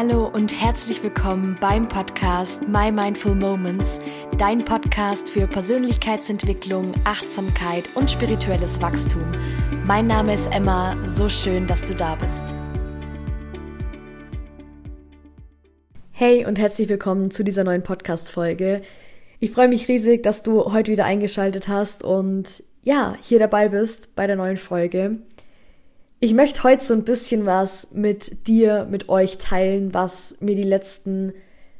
Hallo und herzlich willkommen beim Podcast My Mindful Moments, dein Podcast für Persönlichkeitsentwicklung, Achtsamkeit und spirituelles Wachstum. Mein Name ist Emma, so schön, dass du da bist. Hey und herzlich willkommen zu dieser neuen Podcast-Folge. Ich freue mich riesig, dass du heute wieder eingeschaltet hast und ja, hier dabei bist bei der neuen Folge. Ich möchte heute so ein bisschen was mit dir, mit euch teilen, was mir die letzten,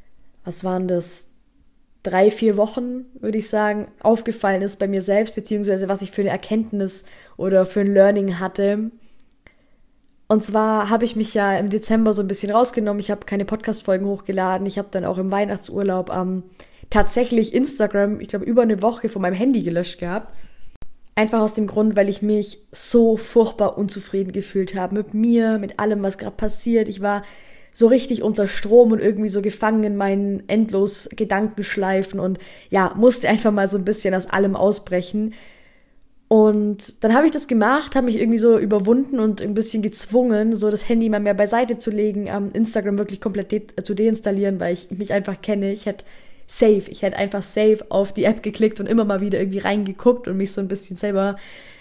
3-4 Wochen, würde ich sagen, aufgefallen ist bei mir selbst, beziehungsweise was ich für eine Erkenntnis oder für ein Learning hatte. Und zwar habe ich mich ja im Dezember so ein bisschen rausgenommen, ich habe keine Podcast-Folgen hochgeladen, ich habe dann auch im Weihnachtsurlaub tatsächlich Instagram, ich glaube über eine Woche von meinem Handy gelöscht gehabt. Einfach aus dem Grund, weil ich mich so furchtbar unzufrieden gefühlt habe mit mir, mit allem, was gerade passiert. Ich war so richtig unter Strom und irgendwie so gefangen in meinen endlos Gedankenschleifen und ja, musste einfach mal so ein bisschen aus allem ausbrechen. Und dann habe ich das gemacht, habe mich irgendwie so überwunden und ein bisschen gezwungen, so das Handy mal mehr beiseite zu legen, Instagram wirklich komplett zu deinstallieren, weil ich mich einfach kenne. Ich hätte einfach safe auf die App geklickt und immer mal wieder irgendwie reingeguckt und mich so ein bisschen selber,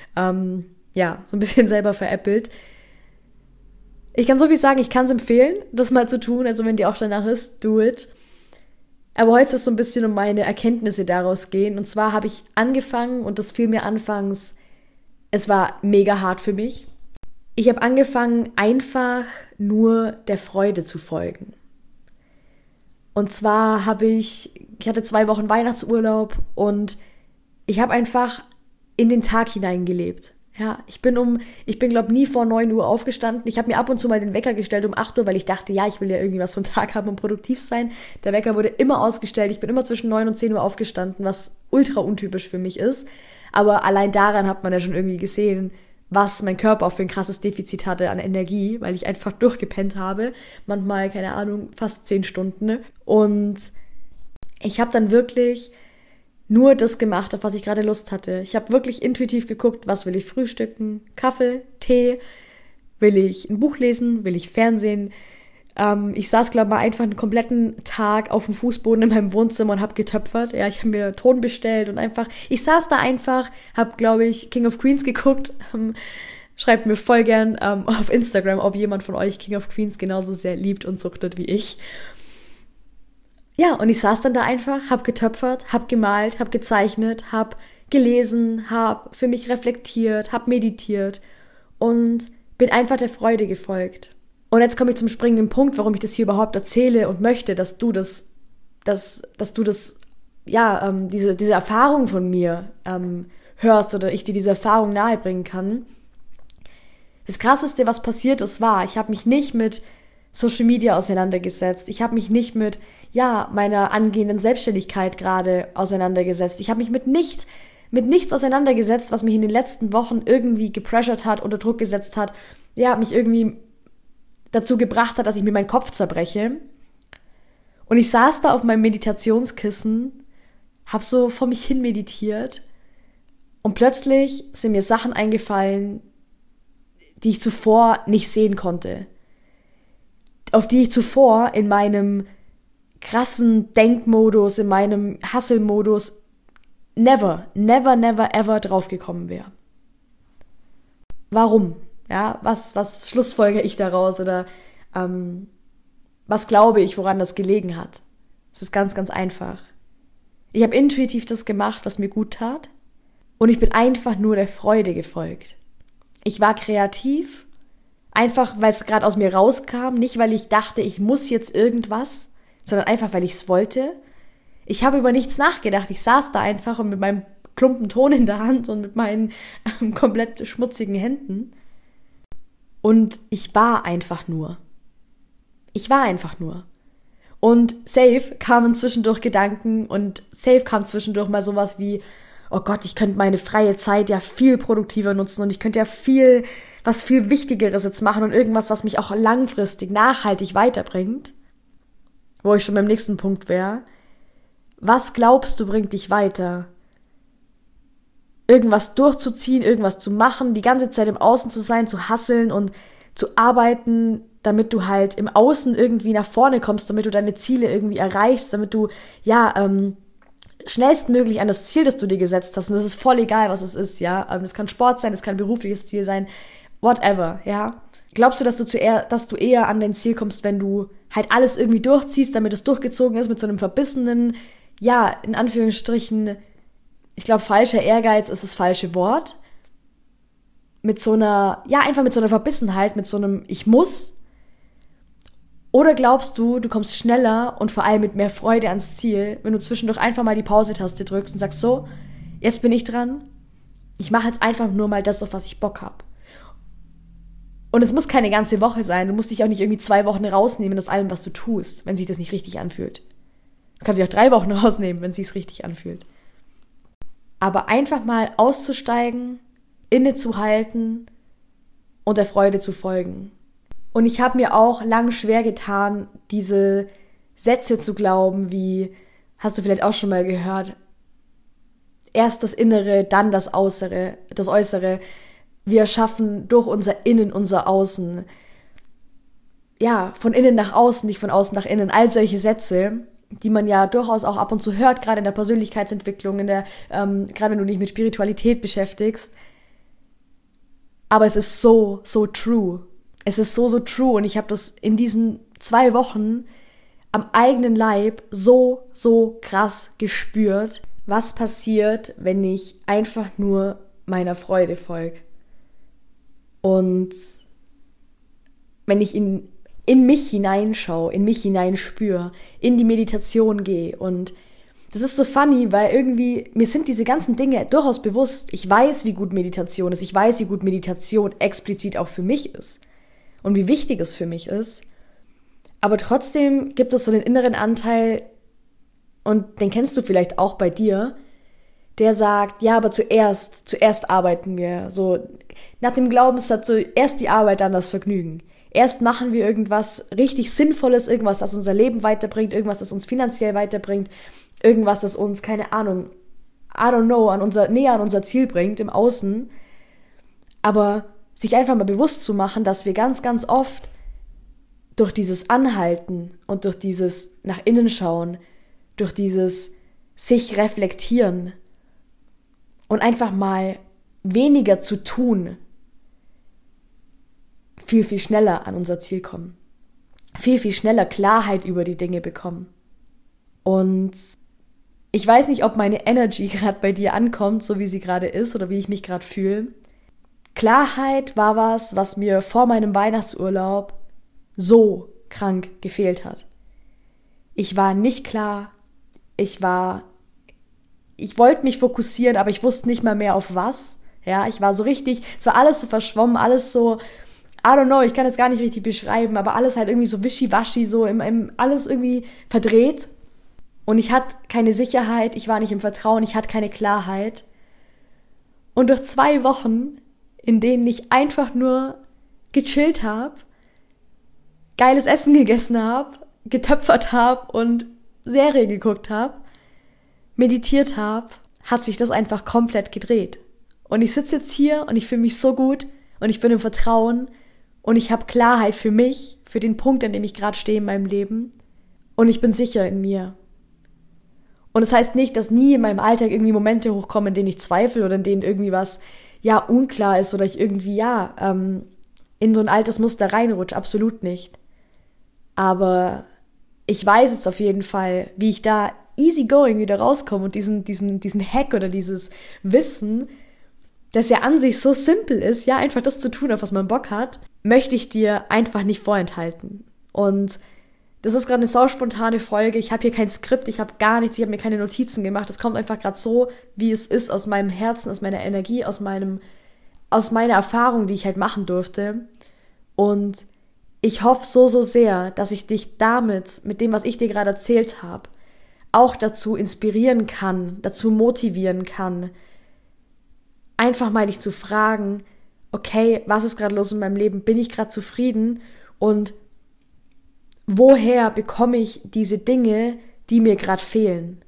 selber veräppelt. Ich kann so viel sagen, ich kann es empfehlen, das mal zu tun, also wenn dir auch danach ist, do it. Aber heute soll es so ein bisschen um meine Erkenntnisse daraus gehen. Und zwar habe ich angefangen, und das fiel mir anfangs, es war mega hart für mich. Ich habe angefangen, einfach nur der Freude zu folgen. Und zwar ich hatte 2 Wochen Weihnachtsurlaub und ich habe einfach in den Tag hineingelebt. Ja, ich bin glaube nie vor 9 Uhr aufgestanden. Ich habe mir ab und zu mal den Wecker gestellt um 8 Uhr, weil ich dachte, ja, ich will ja irgendwie was vom Tag haben und produktiv sein. Der Wecker wurde immer ausgestellt. Ich bin immer zwischen 9 und 10 Uhr aufgestanden, was ultra untypisch für mich ist. Aber allein daran hat man ja schon irgendwie gesehen, was mein Körper auch für ein krasses Defizit hatte an Energie, weil ich einfach durchgepennt habe. Manchmal, keine Ahnung, fast 10 Stunden. Und ich habe dann wirklich nur das gemacht, auf was ich gerade Lust hatte. Ich habe wirklich intuitiv geguckt, was will ich frühstücken? Kaffee, Tee? Will ich ein Buch lesen? Will ich Fernsehen? Ich saß, glaube ich, mal einfach einen kompletten Tag auf dem Fußboden in meinem Wohnzimmer und habe getöpfert. Ja, ich habe mir Ton bestellt und ich saß da einfach, habe, glaube ich, King of Queens geguckt. Schreibt mir voll gern auf Instagram, ob jemand von euch King of Queens genauso sehr liebt und suchtet wie ich. Ja, und ich saß dann da einfach, habe getöpfert, habe gemalt, habe gezeichnet, habe gelesen, habe für mich reflektiert, habe meditiert und bin einfach der Freude gefolgt. Und jetzt komme ich zum springenden Punkt, warum ich das hier überhaupt erzähle und möchte, dass du diese Erfahrung von mir hörst oder ich dir diese Erfahrung nahebringen kann. Das Krasseste, was passiert ist, ich habe mich nicht mit Social Media auseinandergesetzt. Ich habe mich nicht mit meiner angehenden Selbstständigkeit gerade auseinandergesetzt. Ich habe mich mit nichts auseinandergesetzt, was mich in den letzten Wochen irgendwie gepressured hat, unter Druck gesetzt hat, mich irgendwie dazu gebracht hat, dass ich mir meinen Kopf zerbreche. Und ich saß da auf meinem Meditationskissen, habe so vor mich hin meditiert und plötzlich sind mir Sachen eingefallen, die ich zuvor nicht sehen konnte. Auf die ich zuvor in meinem krassen Denkmodus, in meinem Hustle-Modus never ever draufgekommen wäre. Warum? Ja, was schlussfolgere ich daraus oder was glaube ich, woran das gelegen hat? Es ist ganz, ganz einfach. Ich habe intuitiv das gemacht, was mir gut tat und ich bin einfach nur der Freude gefolgt. Ich war kreativ, einfach weil es gerade aus mir rauskam, nicht weil ich dachte, ich muss jetzt irgendwas, sondern einfach, weil ich es wollte. Ich habe über nichts nachgedacht, ich saß da einfach und mit meinem Klumpen Ton in der Hand und mit meinen komplett schmutzigen Händen. Und ich war einfach nur. Und safe kamen zwischendurch Gedanken und safe kam zwischendurch mal sowas wie, oh Gott, ich könnte meine freie Zeit ja viel produktiver nutzen und ich könnte ja was viel Wichtigeres jetzt machen und irgendwas, was mich auch langfristig, nachhaltig weiterbringt. Wo ich schon beim nächsten Punkt wäre. Was glaubst du, bringt dich weiter? Irgendwas durchzuziehen, irgendwas zu machen, die ganze Zeit im Außen zu sein, zu hustlen und zu arbeiten, damit du halt im Außen irgendwie nach vorne kommst, damit du deine Ziele irgendwie erreichst, damit du, schnellstmöglich an das Ziel, das du dir gesetzt hast. Und das ist voll egal, was es ist, ja. Es kann Sport sein, es kann ein berufliches Ziel sein, whatever, ja. Glaubst du, dass du eher an dein Ziel kommst, wenn du halt alles irgendwie durchziehst, damit es durchgezogen ist, mit so einem verbissenen, in Anführungsstrichen, ich glaube, falscher Ehrgeiz ist das falsche Wort. Einfach mit so einer Verbissenheit, mit so einem Ich muss. Oder glaubst du, du kommst schneller und vor allem mit mehr Freude ans Ziel, wenn du zwischendurch einfach mal die Pause-Taste drückst und sagst, so, jetzt bin ich dran. Ich mache jetzt einfach nur mal das, auf was ich Bock habe. Und es muss keine ganze Woche sein. Du musst dich auch nicht irgendwie 2 Wochen rausnehmen aus allem, was du tust, wenn sich das nicht richtig anfühlt. Du kannst dich auch 3 Wochen rausnehmen, wenn es sich richtig anfühlt. Aber einfach mal auszusteigen, innezuhalten und der Freude zu folgen. Und ich habe mir auch lang schwer getan, diese Sätze zu glauben, wie, hast du vielleicht auch schon mal gehört, erst das Innere, dann das Äußere. Wir schaffen durch unser Innen unser Außen. Ja, von innen nach außen, nicht von außen nach innen. All solche Sätze, die man ja durchaus auch ab und zu hört, gerade in der Persönlichkeitsentwicklung, gerade wenn du dich mit Spiritualität beschäftigst. Aber es ist so true. Es ist so true. Und ich habe das in diesen 2 Wochen am eigenen Leib so krass gespürt, was passiert, wenn ich einfach nur meiner Freude folge. Und wenn ich in mich hineinschaue, in mich hineinspüre, in die Meditation gehe. Und das ist so funny, weil irgendwie, mir sind diese ganzen Dinge durchaus bewusst. Ich weiß, wie gut Meditation ist. Ich weiß, wie gut Meditation explizit auch für mich ist. Und wie wichtig es für mich ist. Aber trotzdem gibt es so einen inneren Anteil, und den kennst du vielleicht auch bei dir, der sagt, ja, aber zuerst arbeiten wir. So nach dem Glaubenssatz, so erst die Arbeit, dann das Vergnügen. Erst machen wir irgendwas richtig Sinnvolles, irgendwas, das unser Leben weiterbringt, irgendwas, das uns finanziell weiterbringt, irgendwas, das uns, keine Ahnung, I don't know, näher an unser Ziel bringt im Außen. Aber sich einfach mal bewusst zu machen, dass wir ganz, ganz oft durch dieses Anhalten und durch dieses nach innen schauen, durch dieses sich reflektieren und einfach mal weniger zu tun, viel, viel schneller an unser Ziel kommen. Viel, viel schneller Klarheit über die Dinge bekommen. Und ich weiß nicht, ob meine Energy gerade bei dir ankommt, so wie sie gerade ist oder wie ich mich gerade fühle. Klarheit war was mir vor meinem Weihnachtsurlaub so krank gefehlt hat. Ich war nicht klar. Ich wollte mich fokussieren, aber ich wusste nicht mal mehr auf was. Ja, ich war so richtig, es war alles so verschwommen, alles so, I don't know, ich kann es gar nicht richtig beschreiben, aber alles halt irgendwie so wischiwaschi, so alles irgendwie verdreht. Und ich hatte keine Sicherheit, ich war nicht im Vertrauen, ich hatte keine Klarheit. Und durch 2 Wochen, in denen ich einfach nur gechillt habe, geiles Essen gegessen habe, getöpfert habe und Serie geguckt habe, meditiert habe, hat sich das einfach komplett gedreht. Und ich sitze jetzt hier und ich fühle mich so gut und ich bin im Vertrauen und ich habe Klarheit für mich, für den Punkt, an dem ich gerade stehe in meinem Leben und ich bin sicher in mir. Und das heißt nicht, dass nie in meinem Alltag irgendwie Momente hochkommen, in denen ich zweifle oder in denen irgendwie was, unklar ist oder ich irgendwie, in so ein altes Muster reinrutsche. Absolut nicht. Aber ich weiß jetzt auf jeden Fall, wie ich da easygoing wieder rauskomme und diesen Hack oder dieses Wissen, das ja an sich so simpel ist, einfach das zu tun, auf was man Bock hat, möchte ich dir einfach nicht vorenthalten. Und das ist gerade eine sauspontane Folge. Ich habe hier kein Skript, ich habe gar nichts, ich habe mir keine Notizen gemacht. Das kommt einfach gerade so, wie es ist, aus meinem Herzen, aus meiner Energie, aus meiner Erfahrung, die ich halt machen durfte. Und ich hoffe so sehr, dass ich dich damit, mit dem, was ich dir gerade erzählt habe, auch dazu inspirieren kann, dazu motivieren kann, einfach mal dich zu fragen, okay, was ist gerade los in meinem Leben? Bin ich gerade zufrieden? Und woher bekomme ich diese Dinge, die mir gerade fehlen?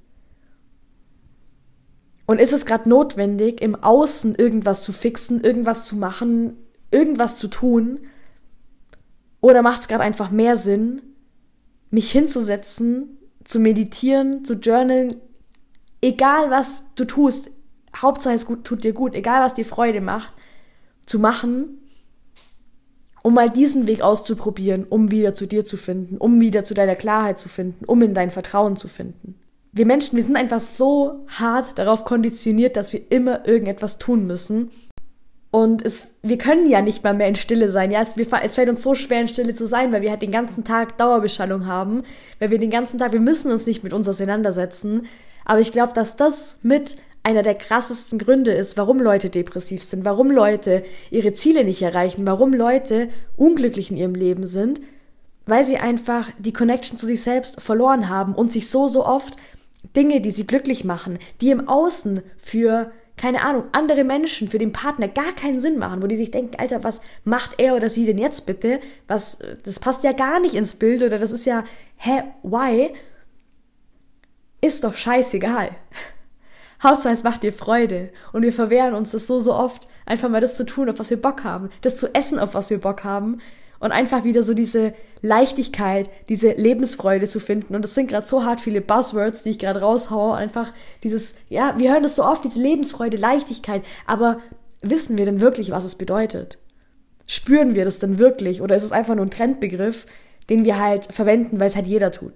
Und ist es gerade notwendig, im Außen irgendwas zu fixen, irgendwas zu machen, irgendwas zu tun? Oder macht es gerade einfach mehr Sinn, mich hinzusetzen, zu meditieren, zu journalen, egal was du tust, Hauptsache es tut dir gut, egal was dir Freude macht, zu machen, um mal diesen Weg auszuprobieren, um wieder zu dir zu finden, um wieder zu deiner Klarheit zu finden, um in dein Vertrauen zu finden. Wir Menschen, wir sind einfach so hart darauf konditioniert, dass wir immer irgendetwas tun müssen. Und wir können ja nicht mal mehr in Stille sein. Ja, es fällt uns so schwer, in Stille zu sein, weil wir halt den ganzen Tag Dauerbeschallung haben, weil wir müssen uns nicht mit uns auseinandersetzen. Aber ich glaube, dass das mit einer der krassesten Gründe ist, warum Leute depressiv sind, warum Leute ihre Ziele nicht erreichen, warum Leute unglücklich in ihrem Leben sind, weil sie einfach die Connection zu sich selbst verloren haben und sich so oft Dinge, die sie glücklich machen, die im Außen für, keine Ahnung, andere Menschen, für den Partner gar keinen Sinn machen, wo die sich denken, Alter, was macht er oder sie denn jetzt bitte? Das passt ja gar nicht ins Bild oder das ist ja, why? Ist doch scheißegal. Hauptsache, es macht dir Freude. Und wir verwehren uns das so oft, einfach mal das zu tun, auf was wir Bock haben, das zu essen, auf was wir Bock haben und einfach wieder so diese Leichtigkeit, diese Lebensfreude zu finden. Und das sind gerade so hart viele Buzzwords, die ich gerade raushaue. Einfach dieses, ja, wir hören das so oft, diese Lebensfreude, Leichtigkeit. Aber wissen wir denn wirklich, was es bedeutet? Spüren wir das denn wirklich? Oder ist es einfach nur ein Trendbegriff, den wir halt verwenden, weil es halt jeder tut?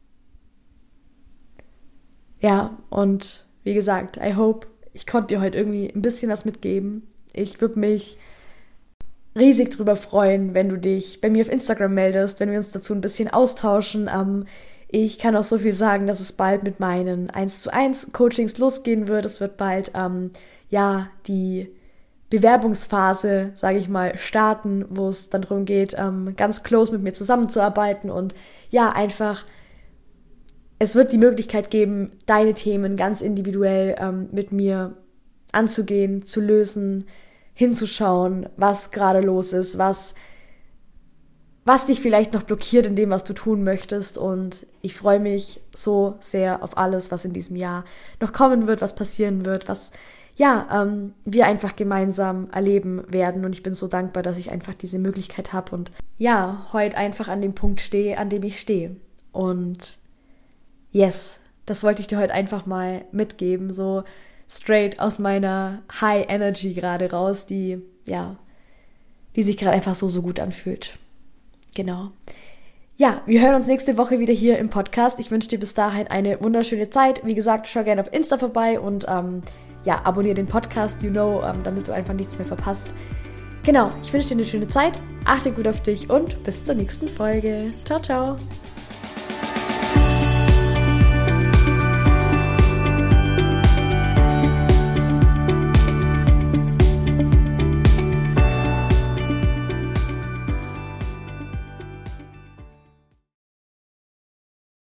Ja, und wie gesagt, I hope, ich konnte dir heute irgendwie ein bisschen was mitgeben. Ich würde mich riesig drüber freuen, wenn du dich bei mir auf Instagram meldest, wenn wir uns dazu ein bisschen austauschen. Ich kann auch so viel sagen, dass es bald mit meinen 1:1 Coachings losgehen wird. Es wird bald die Bewerbungsphase, sage ich mal, starten, wo es dann darum geht, ganz close mit mir zusammenzuarbeiten und ja, einfach es wird die Möglichkeit geben, deine Themen ganz individuell mit mir anzugehen, zu lösen, hinzuschauen, was gerade los ist, was dich vielleicht noch blockiert in dem, was du tun möchtest. Und ich freue mich so sehr auf alles, was in diesem Jahr noch kommen wird, was passieren wird, was wir einfach gemeinsam erleben werden. Und ich bin so dankbar, dass ich einfach diese Möglichkeit habe und ja, heute einfach an dem Punkt stehe, an dem ich stehe. Und yes, das wollte ich dir heute einfach mal mitgeben, so straight aus meiner High Energy gerade raus, die sich gerade einfach so gut anfühlt. Genau. Ja, wir hören uns nächste Woche wieder hier im Podcast. Ich wünsche dir bis dahin eine wunderschöne Zeit. Wie gesagt, schau gerne auf Insta vorbei und abonniere den Podcast, damit du einfach nichts mehr verpasst. Genau, ich wünsche dir eine schöne Zeit. Achte gut auf dich und bis zur nächsten Folge. Ciao, ciao.